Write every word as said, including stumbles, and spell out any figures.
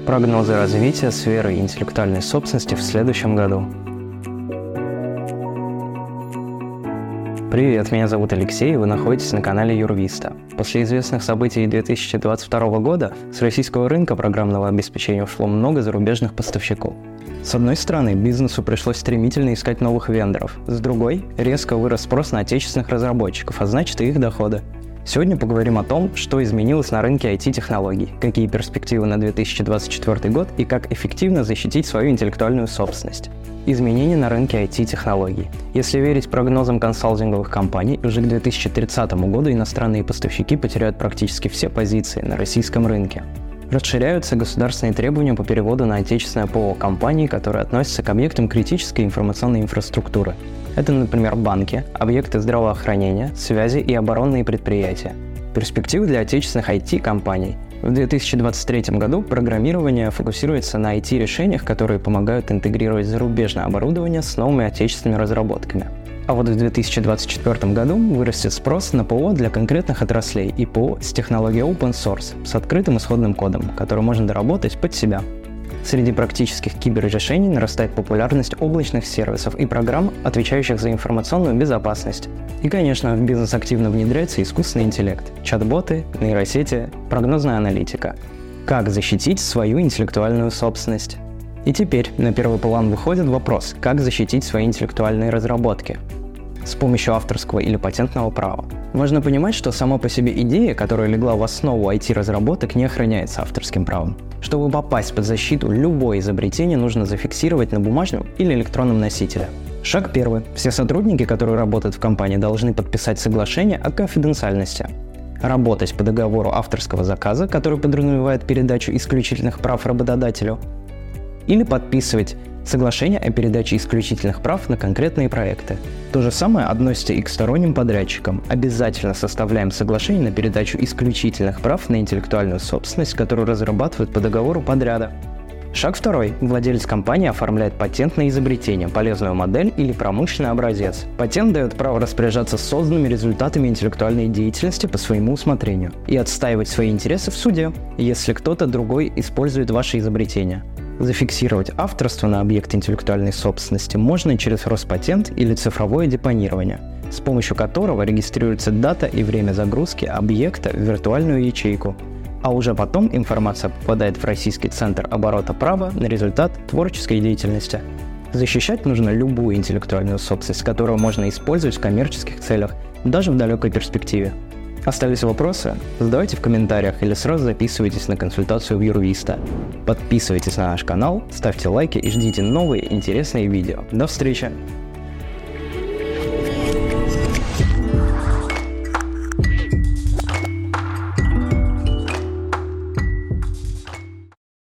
Прогнозы развития сферы интеллектуальной собственности в следующем году. Привет, меня зовут Алексей, и вы находитесь на канале Юрвиста. После известных событий две тысячи двадцать второго года с российского рынка программного обеспечения ушло много зарубежных поставщиков. С одной стороны, бизнесу пришлось стремительно искать новых вендоров, с другой – резко вырос спрос на отечественных разработчиков, а значит и их доходы. Сегодня поговорим о том, что изменилось на рынке ай ти-технологий, какие перспективы на две тысячи двадцать четвёртый год и как эффективно защитить свою интеллектуальную собственность. Изменения на рынке ай ти-технологий. Если верить прогнозам консалтинговых компаний, уже к две тысячи тридцатому году иностранные поставщики потеряют практически все позиции на российском рынке. Расширяются государственные требования по переводу на отечественное ПО компаний, которые относятся к объектам критической информационной инфраструктуры. Это, например, банки, объекты здравоохранения, связи и оборонные предприятия. Перспективы для отечественных ай ти-компаний. В две тысячи двадцать третьем году программирование фокусируется на ай ти-решениях, которые помогают интегрировать зарубежное оборудование с новыми отечественными разработками. А вот в две тысячи двадцать четвёртом году вырастет спрос на ПО для конкретных отраслей и ПО с технологией open source с открытым исходным кодом, который можно доработать под себя. Среди практических киберрешений нарастает популярность облачных сервисов и программ, отвечающих за информационную безопасность. И, конечно, в бизнес активно внедряется искусственный интеллект, чат-боты, нейросети, прогнозная аналитика. Как защитить свою интеллектуальную собственность? И теперь на первый план выходит вопрос, как защитить свои интеллектуальные разработки с помощью авторского или патентного права. Важно понимать, что сама по себе идея, которая легла в основу ай ти-разработок, не охраняется авторским правом. Чтобы попасть под защиту, любое изобретение нужно зафиксировать на бумажном или электронном носителе. Шаг первый. Все сотрудники, которые работают в компании, должны подписать соглашение о конфиденциальности. Работать по договору авторского заказа, который подразумевает передачу исключительных прав работодателю. Или подписывать соглашение о передаче исключительных прав на конкретные проекты. То же самое относится и к сторонним подрядчикам. Обязательно составляем соглашение на передачу исключительных прав на интеллектуальную собственность, которую разрабатывают по договору подряда. Шаг второй. Владелец компании оформляет патент на изобретение, полезную модель или промышленный образец. Патент дает право распоряжаться созданными результатами интеллектуальной деятельности по своему усмотрению и отстаивать свои интересы в суде, если кто-то другой использует ваше изобретение. Зафиксировать авторство на объект интеллектуальной собственности можно через Роспатент или цифровое депонирование, с помощью которого регистрируется дата и время загрузки объекта в виртуальную ячейку, а уже потом информация попадает в Российский центр оборота права на результат творческой деятельности. Защищать нужно любую интеллектуальную собственность, которую можно использовать в коммерческих целях, даже в далекой перспективе. Остались вопросы? Задавайте в комментариях или сразу записывайтесь на консультацию в Юрвиста. Подписывайтесь на наш канал, ставьте лайки и ждите новые интересные видео. До встречи!